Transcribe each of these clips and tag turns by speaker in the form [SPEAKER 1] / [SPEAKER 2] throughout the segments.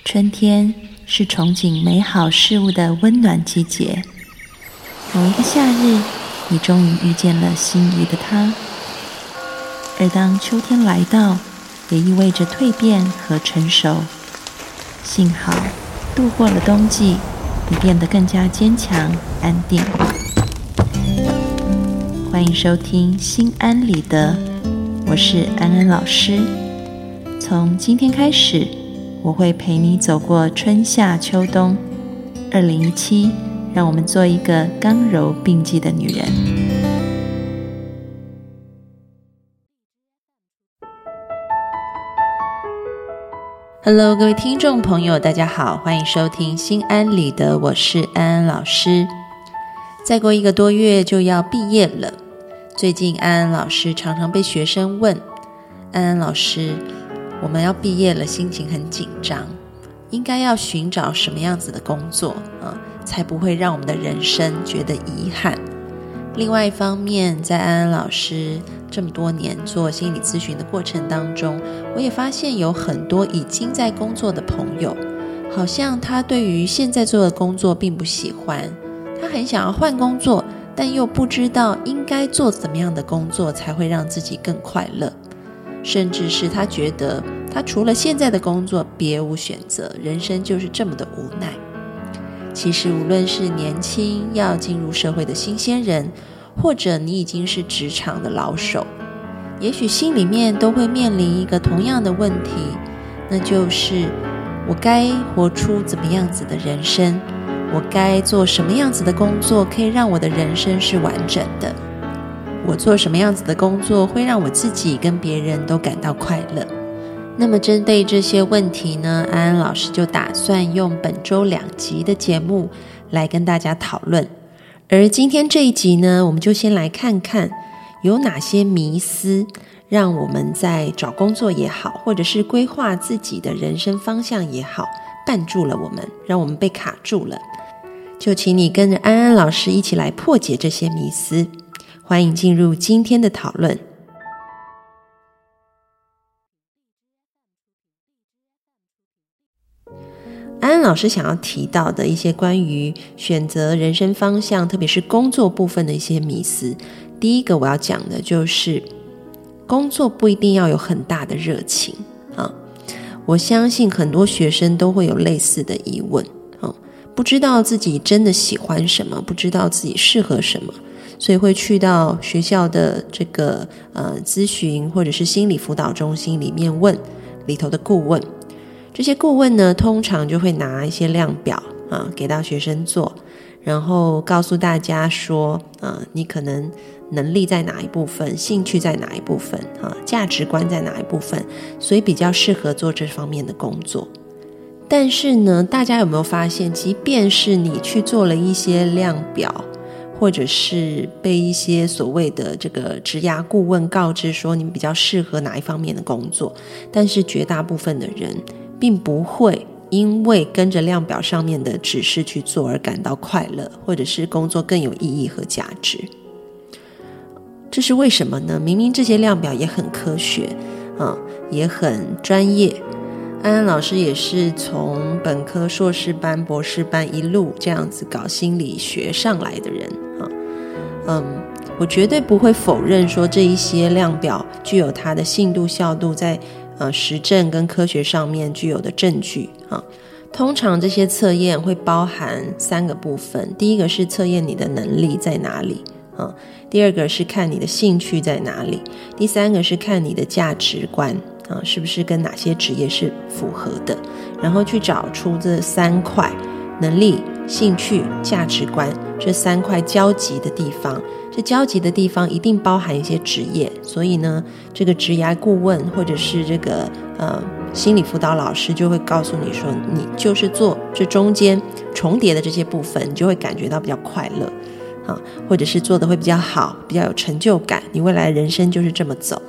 [SPEAKER 1] 春天是憧憬美好事物的温暖季节。某一个夏日，你终于遇见了心仪的他。而当秋天来到，也意味着蜕变和成熟。幸好度过了冬季，你变得更加坚强安定。欢迎收听心安理得，我是安安老师。从今天开始，我会陪你走过春夏秋冬。2017，让我们做一个刚柔并济的女人。Hello， 各位听众朋友，大家好，欢迎收听心安理得，我是安安老师。再过1个多月就要毕业了，最近安安老师常常被学生问，安安老师，我们要毕业了，心情很紧张，应该要寻找什么样子的工作才不会让我们的人生觉得遗憾。另外一方面，在安安老师这么多年做心理咨询的过程当中，我也发现有很多已经在工作的朋友，好像他对于现在做的工作并不喜欢，他很想要换工作，但又不知道应该做怎么样的工作才会让自己更快乐，甚至是他觉得他除了现在的工作别无选择，人生就是这么的无奈。其实无论是年轻要进入社会的新鲜人，或者你已经是职场的老手，也许心里面都会面临一个同样的问题，那就是我该活出怎么样子的人生，我该做什么样子的工作可以让我的人生是完整的，我做什么样子的工作会让我自己跟别人都感到快乐。那么针对这些问题呢，安安老师就打算用本周2集的节目来跟大家讨论。而今天这一集呢，我们就先来看看有哪些迷思让我们在找工作也好，或者是规划自己的人生方向也好，绊住了我们，让我们被卡住了。就请你跟着安安老师一起来破解这些迷思。欢迎进入今天的讨论。安安老师想要提到的一些关于选择人生方向，特别是工作部分的一些迷思。第一个我要讲的就是工作不一定要有很大的热情我相信很多学生都会有类似的疑问不知道自己真的喜欢什么，不知道自己适合什么，所以会去到学校的这个咨询或者是心理辅导中心里面问里头的顾问。这些顾问呢，通常就会拿一些量表给到学生做，然后告诉大家说你可能能力在哪一部分，兴趣在哪一部分价值观在哪一部分，所以比较适合做这方面的工作。但是呢，大家有没有发现，即便是你去做了一些量表，或者是被一些所谓的这个职涯顾问告知说你比较适合哪一方面的工作，但是绝大部分的人并不会因为跟着量表上面的指示去做而感到快乐，或者是工作更有意义和价值。这是为什么呢？明明这些量表也很科学也很专业，安安老师也是从本科、硕士班、博士班一路这样子搞心理学上来的人我绝对不会否认说这一些量表具有它的信度效度，在实证跟科学上面具有的证据通常这些测验会包含3个部分。第一个是测验你的能力在哪里第二个是看你的兴趣在哪里，第3个是看你的价值观是不是跟哪些职业是符合的，然后去找出这3块能力、兴趣、价值观这3块交集的地方。这交集的地方一定包含一些职业，所以呢，这个职涯顾问或者是这个心理辅导老师就会告诉你说，你就是做这中间重叠的这些部分，你就会感觉到比较快乐或者是做得会比较好，比较有成就感，你未来的人生就是这么走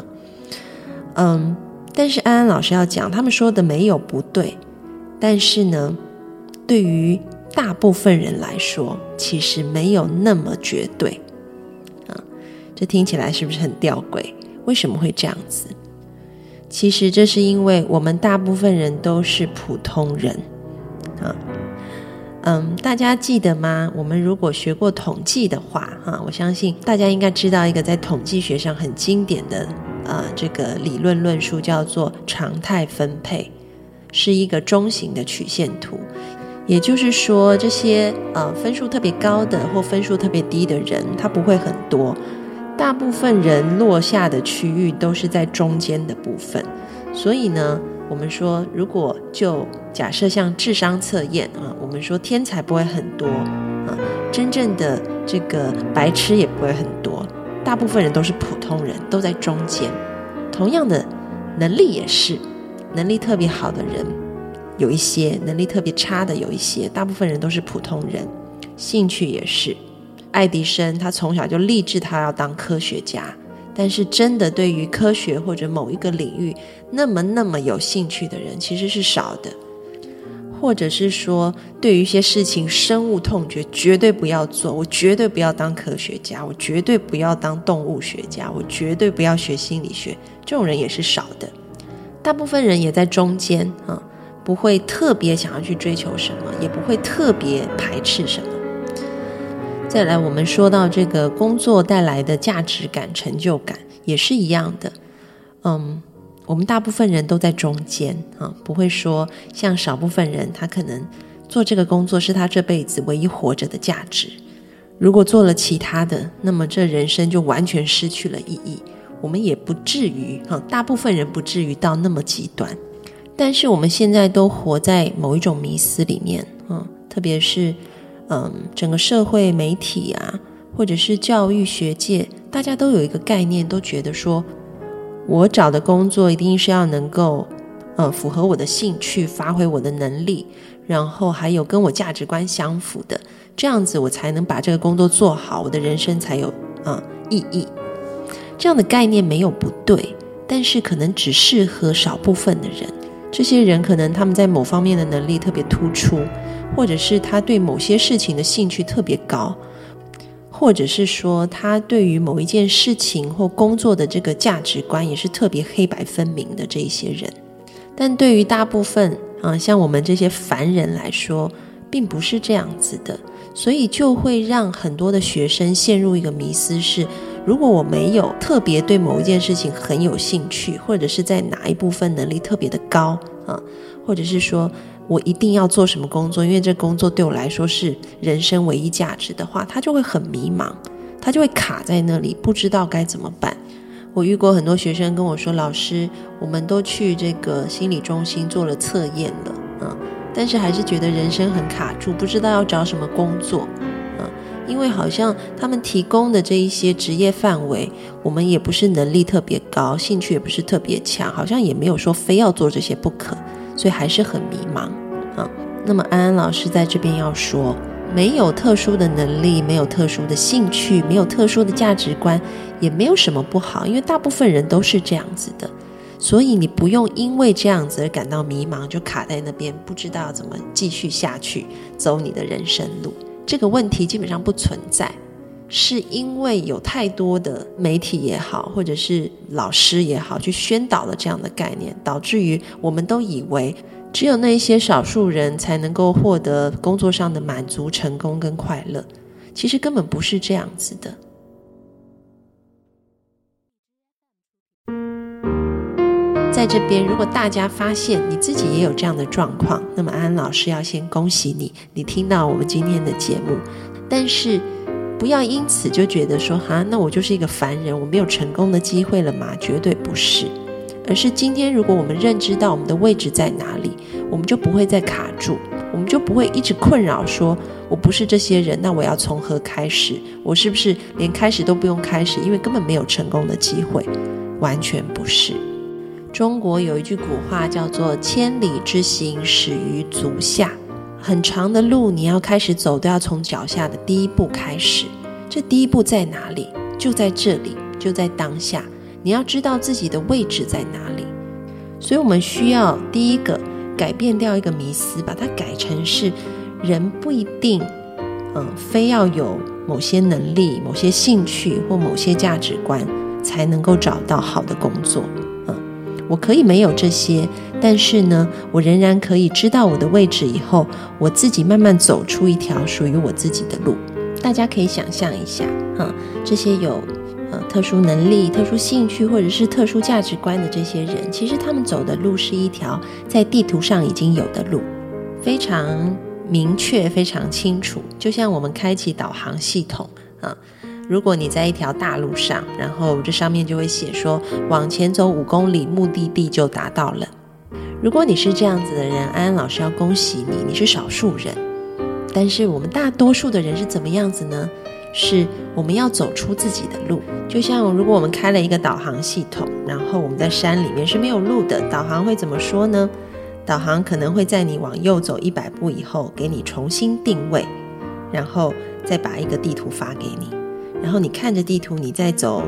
[SPEAKER 1] 但是安安老师要讲，他们说的没有不对，但是呢，对于大部分人来说其实没有那么绝对这听起来是不是很吊诡？为什么会这样子？ 其实这是因为我们大部分人都是普通人大家记得吗？我们如果学过统计的话我相信大家应该知道一个在统计学上很经典的这个理论论述，叫做常态分配，是一个中型的曲线图。也就是说，这些分数特别高的或分数特别低的人，他不会很多，大部分人落下的区域都是在中间的部分。所以呢，我们说如果就假设像智商测验我们说天才不会很多真正的这个白痴也不会很多，大部分人都是普通人，都在中间。同样的能力也是，能力特别好的人有一些，能力特别差的有一些，大部分人都是普通人。兴趣也是，爱迪生他从小就立志他要当科学家，但是真的对于科学或者某一个领域那么有兴趣的人其实是少的。或者是说对于一些事情深恶痛绝，绝对不要做，我绝对不要当科学家，我绝对不要当动物学家，我绝对不要学心理学，这种人也是少的。大部分人也在中间不会特别想要去追求什么，也不会特别排斥什么。再来，我们说到这个工作带来的价值感、成就感也是一样的。我们大部分人都在中间不会说像少部分人，他可能做这个工作是他这辈子唯一活着的价值，如果做了其他的，那么这人生就完全失去了意义。我们也不至于大部分人不至于到那么极端。但是我们现在都活在某一种迷思里面特别是整个社会媒体或者是教育学界，大家都有一个概念，都觉得说我找的工作一定是要能够符合我的兴趣，发挥我的能力，然后还有跟我价值观相符的，这样子我才能把这个工作做好，我的人生才有意义。这样的概念没有不对，但是可能只适合少部分的人。这些人可能他们在某方面的能力特别突出，或者是他对某些事情的兴趣特别高，或者是说他对于某一件事情或工作的这个价值观也是特别黑白分明的这一些人。但对于大部分像我们这些凡人来说，并不是这样子的，所以就会让很多的学生陷入一个迷思，是如果我没有特别对某一件事情很有兴趣，或者是在哪一部分能力特别的高或者是说我一定要做什么工作，因为这工作对我来说是人生唯一价值的话，他就会很迷茫，他就会卡在那里，不知道该怎么办。我遇过很多学生跟我说，老师，我们都去这个心理中心做了测验了但是还是觉得人生很卡住，不知道要找什么工作因为好像他们提供的这一些职业范围，我们也不是能力特别高，兴趣也不是特别强，好像也没有说非要做这些不可，所以还是很迷茫那么安安老师在这边要说，没有特殊的能力，没有特殊的兴趣，没有特殊的价值观，也没有什么不好，因为大部分人都是这样子的。所以你不用因为这样子而感到迷茫，就卡在那边不知道怎么继续下去走你的人生路。这个问题基本上不存在，是因为有太多的媒体也好，或者是老师也好，去宣导了这样的概念，导致于我们都以为只有那些少数人才能够获得工作上的满足、成功跟快乐。其实根本不是这样子的。在这边，如果大家发现你自己也有这样的状况，那么安安老师要先恭喜你，你听到我们今天的节目。但是不要因此就觉得说那我就是一个凡人，我没有成功的机会了吗？绝对不是。而是今天如果我们认知到我们的位置在哪里，我们就不会再卡住，我们就不会一直困扰说我不是这些人，那我要从何开始？我是不是连开始都不用开始，因为根本没有成功的机会？完全不是。中国有一句古话叫做千里之行，始于足下。很长的路你要开始走，都要从脚下的第一步开始。这第一步在哪里？就在这里，就在当下。你要知道自己的位置在哪里。所以我们需要第一个改变掉一个迷思，把它改成是人不一定非要有某些能力、某些兴趣或某些价值观才能够找到好的工作。 我可以没有这些，但是呢，我仍然可以知道我的位置以后，我自己慢慢走出一条属于我自己的路。大家可以想象一下，这些有特殊能力、特殊兴趣或者是特殊价值观的这些人，其实他们走的路是一条在地图上已经有的路，非常明确、非常清楚。就像我们开启导航系统如果你在一条大路上，然后这上面就会写说往前走5公里，目的地就达到了。如果你是这样子的人，安安老师要恭喜你，你是少数人。但是我们大多数的人是怎么样子呢？是我们要走出自己的路。就像如果我们开了一个导航系统，然后我们在山里面是没有路的，导航会怎么说呢？导航可能会在你往右走100步以后给你重新定位，然后再把一个地图发给你，然后你看着地图，你再走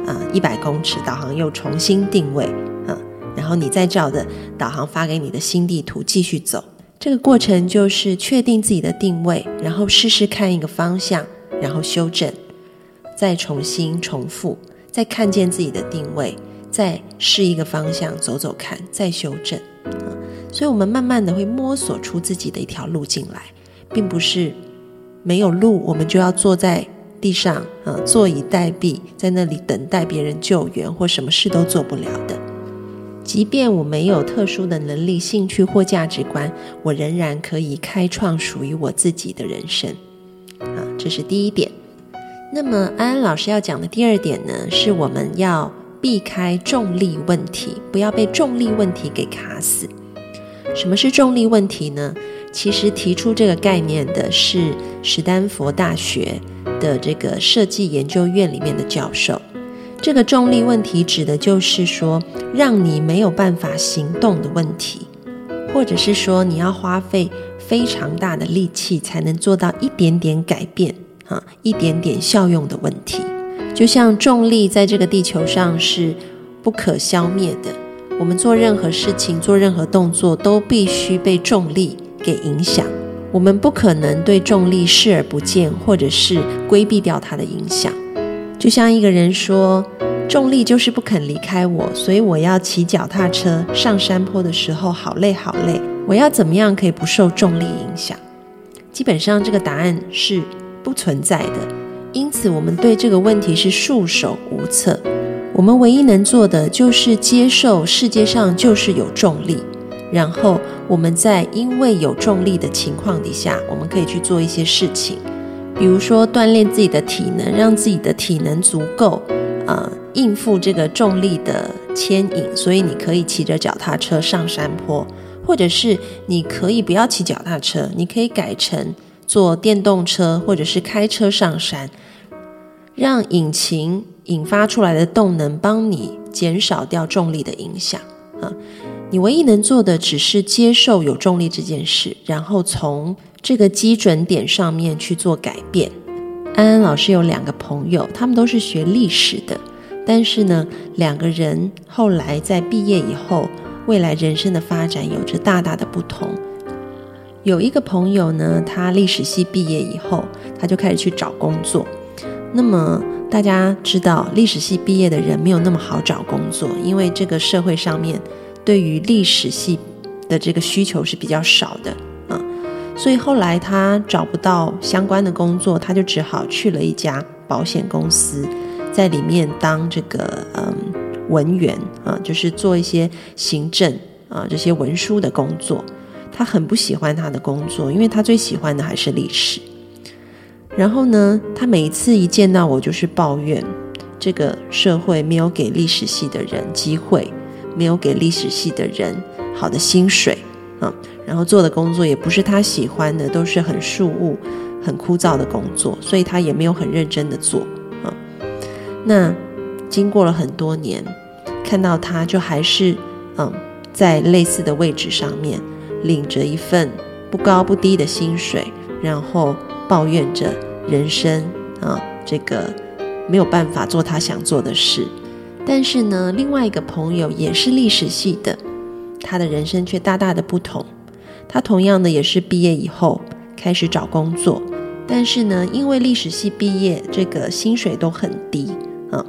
[SPEAKER 1] 100公尺，导航又重新定位然后你再照着导航发给你的新地图继续走。这个过程就是确定自己的定位，然后试试看一个方向，然后修正，再重新重复，再看见自己的定位，再试一个方向走走看，再修正所以我们慢慢的会摸索出自己的一条路进来，并不是没有路我们就要坐在地上坐以待毙，在那里等待别人救援或什么事都做不了的。即便我没有特殊的能力、兴趣或价值观，我仍然可以开创属于我自己的人生这是第一点。那么安安老师要讲的第二点呢，是我们要避开重力问题，不要被重力问题给卡死。什么是重力问题呢？其实提出这个概念的是史丹佛大学的这个设计研究院里面的教授。这个重力问题指的就是说，让你没有办法行动的问题，或者是说你要花费非常大的力气才能做到一点点改变一点点效用的问题。就像重力在这个地球上是不可消灭的，我们做任何事情、做任何动作都必须被重力给影响，我们不可能对重力视而不见，或者是规避掉它的影响。就像一个人说，重力就是不肯离开我，所以我要骑脚踏车上山坡的时候好累好累，我要怎么样可以不受重力影响？基本上这个答案是不存在的，因此我们对这个问题是束手无策。我们唯一能做的就是接受世界上就是有重力，然后我们在因为有重力的情况底下，我们可以去做一些事情，比如说锻炼自己的体能，让自己的体能足够应付这个重力的牵引，所以你可以骑着脚踏车上山坡，或者是你可以不要骑脚踏车，你可以改成坐电动车或者是开车上山，让引擎引发出来的动能帮你减少掉重力的影响你唯一能做的只是接受有重力这件事，然后从这个基准点上面去做改变。安安老师有2个朋友，他们都是学历史的，但是呢2个人后来在毕业以后，未来人生的发展有着大大的不同。有一个朋友呢，他历史系毕业以后，他就开始去找工作。那么大家知道，历史系毕业的人没有那么好找工作，因为这个社会上面对于历史系的这个需求是比较少的所以后来他找不到相关的工作，他就只好去了一家保险公司，在里面当这个文员就是做一些行政这些文书的工作。他很不喜欢他的工作，因为他最喜欢的还是历史。然后呢，他每一次一见到我就是抱怨这个社会没有给历史系的人机会，没有给历史系的人好的薪水然后做的工作也不是他喜欢的，都是很事务很枯燥的工作，所以他也没有很认真的做那经过了很多年，看到他就还是在类似的位置上面领着一份不高不低的薪水，然后抱怨着人生这个没有办法做他想做的事。但是呢，另外一个朋友也是历史系的，他的人生却大大的不同。他同样的也是毕业以后开始找工作，但是呢，因为历史系毕业这个薪水都很低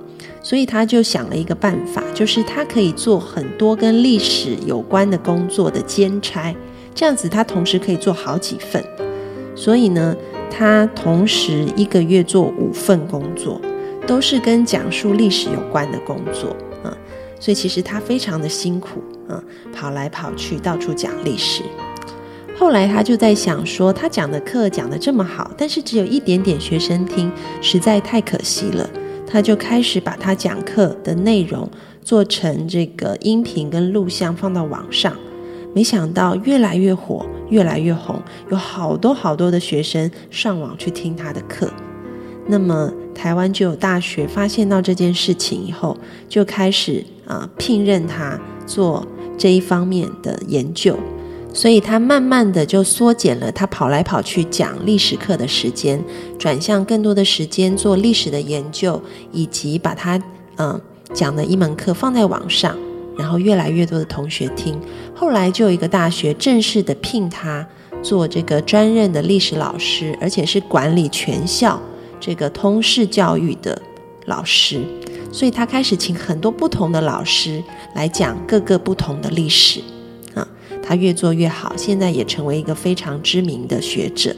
[SPEAKER 1] 所以他就想了一个办法，就是他可以做很多跟历史有关的工作的兼差，这样子他同时可以做好几份。所以呢，他同时一个月做5份工作，都是跟讲述历史有关的工作所以其实他非常的辛苦跑来跑去到处讲历史。后来他就在想说，他讲的课讲得这么好，但是只有一点点学生听，实在太可惜了。他就开始把他讲课的内容做成这个音频跟录像放到网上，没想到越来越火，越来越红，有好多好多的学生上网去听他的课。那么台湾就有大学发现到这件事情以后，就开始聘任他做这一方面的研究，所以他慢慢的就缩减了他跑来跑去讲历史课的时间，转向更多的时间做历史的研究，以及把他讲的一门课放在网上，然后越来越多的同学听。后来就有一个大学正式的聘他做这个专任的历史老师，而且是管理全校这个通识教育的老师，所以他开始请很多不同的老师来讲各个不同的历史他越做越好，现在也成为一个非常知名的学者。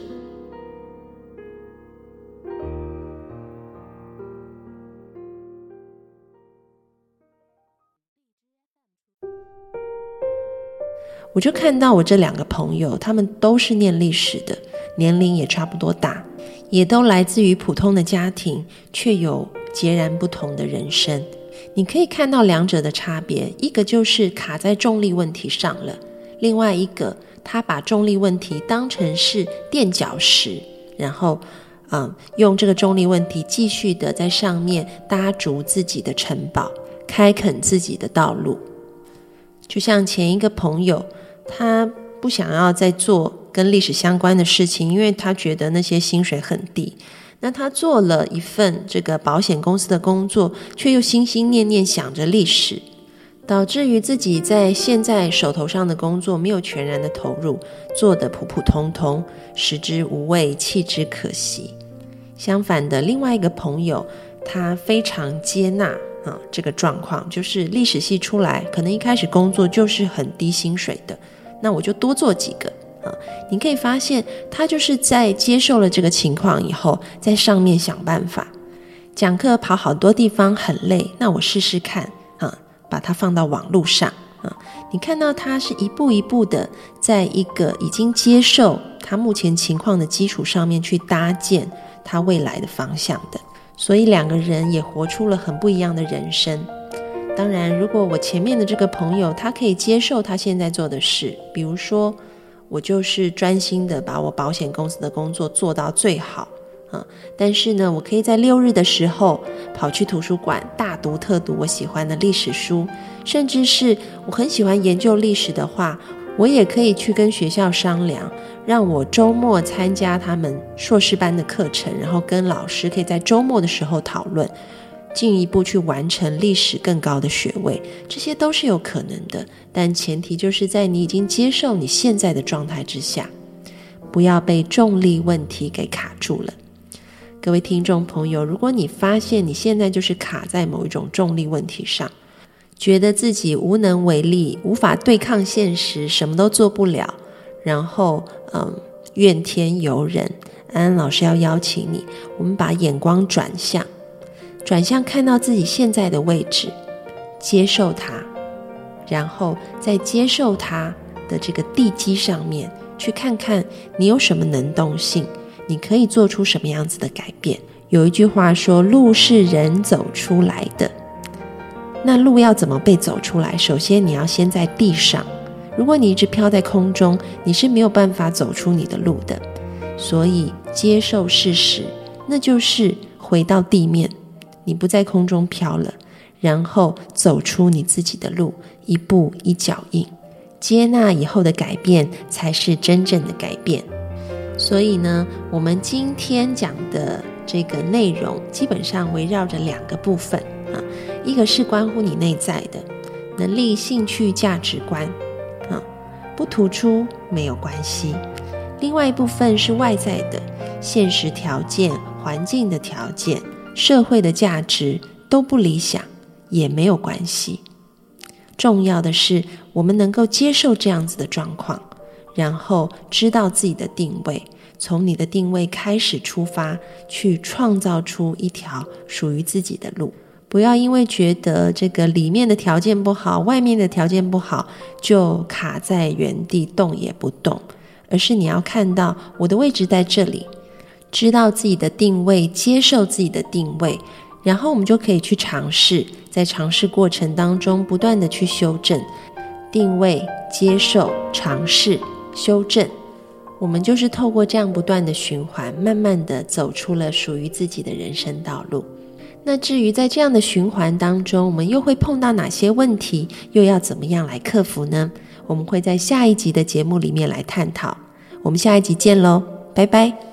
[SPEAKER 1] 我就看到我这2个朋友，他们都是念历史的，年龄也差不多大，也都来自于普通的家庭，却有截然不同的人生。你可以看到两者的差别，一个就是卡在重力问题上了，另外一个他把重力问题当成是垫脚石，然后用这个重力问题继续的在上面搭筑自己的城堡，开垦自己的道路。就像前一个朋友，他不想要再做跟历史相关的事情，因为他觉得那些薪水很低。那他做了一份这个保险公司的工作，却又心心念念想着历史，导致于自己在现在手头上的工作没有全然的投入，做得普普通通，食之无味，弃之可惜。相反的，另外一个朋友，他非常接纳这个状况，就是历史系出来，可能一开始工作就是很低薪水的，那我就多做几个你可以发现他就是在接受了这个情况以后，在上面想办法。讲课跑好多地方很累，那我试试看把它放到网络上你看到他是一步一步的在一个已经接受他目前情况的基础上面去搭建他未来的方向的。所以2个人也活出了很不一样的人生。当然，如果我前面的这个朋友他可以接受他现在做的事，比如说我就是专心的把我保险公司的工作做到最好但是呢，我可以在6日的时候跑去图书馆大读特读我喜欢的历史书，甚至是我很喜欢研究历史的话，我也可以去跟学校商量，让我周末参加他们硕士班的课程，然后跟老师可以在周末的时候讨论，进一步去完成历史更高的学位，这些都是有可能的，但前提就是在你已经接受你现在的状态之下，不要被重力问题给卡住了。各位听众朋友，如果你发现你现在就是卡在某一种重力问题上，觉得自己无能为力，无法对抗现实，什么都做不了，然后怨天尤人，安安老师要邀请你，我们把眼光转向看到自己现在的位置，接受它，然后在接受它的这个地基上面去看看你有什么能动性，你可以做出什么样子的改变。有一句话说，路是人走出来的。那路要怎么被走出来？首先你要先在地上，如果你一直飘在空中，你是没有办法走出你的路的。所以接受事实，那就是回到地面，你不在空中飘了，然后走出你自己的路，一步一脚印。接纳以后的改变才是真正的改变。所以呢，我们今天讲的这个内容基本上围绕着2个部分一个是关乎你内在的能力、兴趣、价值观不突出没有关系。另外一部分是外在的，现实条件、环境的条件、社会的价值都不理想， 也没有关系。重要的是我们能够接受这样子的状况，然后知道自己的定位，从你的定位开始出发，去创造出一条属于自己的路。不要因为觉得这个里面的条件不好，外面的条件不好，就卡在原地动也不动，而是你要看到我的位置在这里，知道自己的定位，接受自己的定位，然后我们就可以去尝试，在尝试过程当中不断的去修正。定位、接受、尝试、修正，我们就是透过这样不断的循环，慢慢的走出了属于自己的人生道路。那至于在这样的循环当中，我们又会碰到哪些问题，又要怎么样来克服呢？我们会在下一集的节目里面来探讨。我们下一集见咯，拜拜。